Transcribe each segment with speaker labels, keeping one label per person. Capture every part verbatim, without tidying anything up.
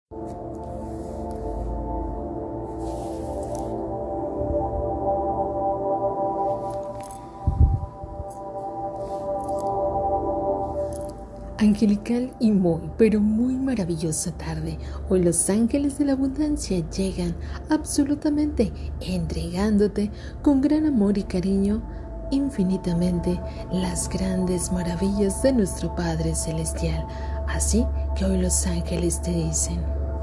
Speaker 1: Angelical y muy, pero muy maravillosa tarde. Hoy los ángeles de la abundancia llegan absolutamente entregándote con gran amor y cariño infinitamente las grandes maravillas de nuestro Padre Celestial. Así que hoy los ángeles te dicen: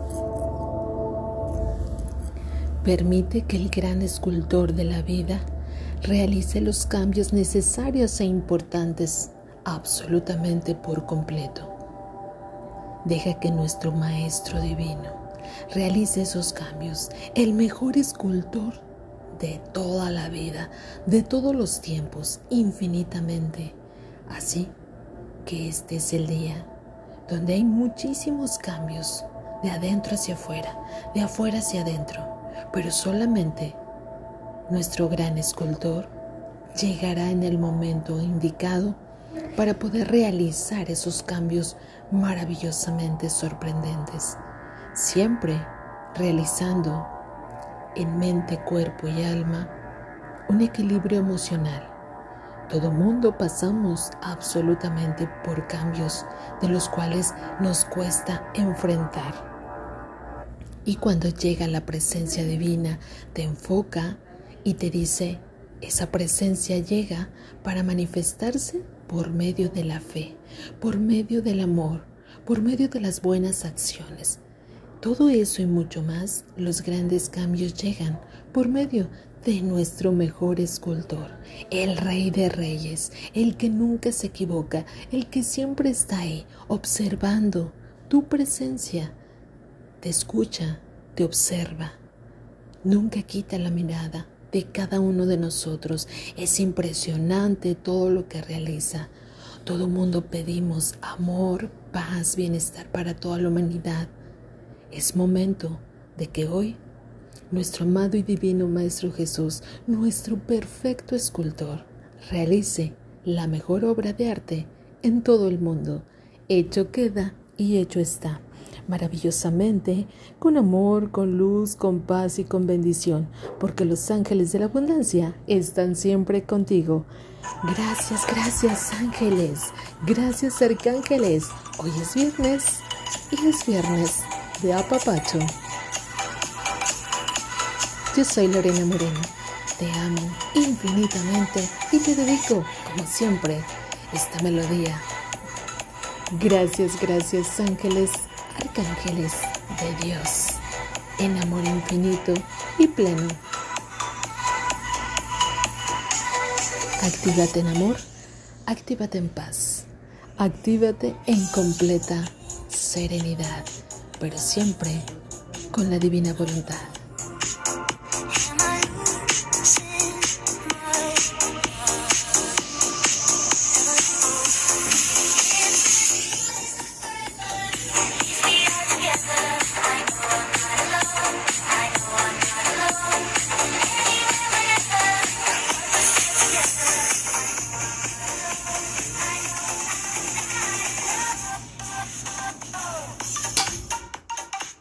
Speaker 1: permite que el gran escultor de la vida realice los cambios necesarios e importantes absolutamente por completo. Deja que nuestro Maestro Divino realice esos cambios, el mejor escultor de toda la vida, de todos los tiempos, infinitamente. Así que este es el día donde hay muchísimos cambios, de adentro hacia afuera, de afuera hacia adentro, pero solamente nuestro gran escultor llegará en el momento indicado para poder realizar esos cambios maravillosamente sorprendentes, siempre realizando en mente, cuerpo y alma un equilibrio emocional. Todo mundo pasamos absolutamente por cambios de los cuales nos cuesta enfrentar. Y cuando llega la presencia divina, te enfoca y te dice: esa presencia llega para manifestarse por medio de la fe, por medio del amor, por medio de las buenas acciones. Todo eso y mucho más, los grandes cambios llegan por medio de nuestro mejor escultor, el Rey de Reyes, el que nunca se equivoca, el que siempre está ahí, observando tu presencia, te escucha, te observa, nunca quita la mirada de cada uno de nosotros. Es impresionante todo lo que realiza. Todo mundo pedimos amor, paz, bienestar para toda la humanidad. Es momento de que hoy nuestro amado y divino Maestro Jesús, nuestro perfecto escultor, realice la mejor obra de arte en todo el mundo. Hecho queda y hecho está. Maravillosamente, con amor, con luz, con paz y con bendición, porque los ángeles de la abundancia están siempre contigo. Gracias, gracias ángeles, gracias arcángeles. Hoy es viernes y es viernes de apapacho. Yo soy Lorena Moreno, te amo infinitamente y te dedico, como siempre, esta melodía. Gracias, gracias ángeles, arcángeles de Dios, en amor infinito y pleno. Actívate en amor, actívate en paz, actívate en completa serenidad, pero siempre con la divina voluntad.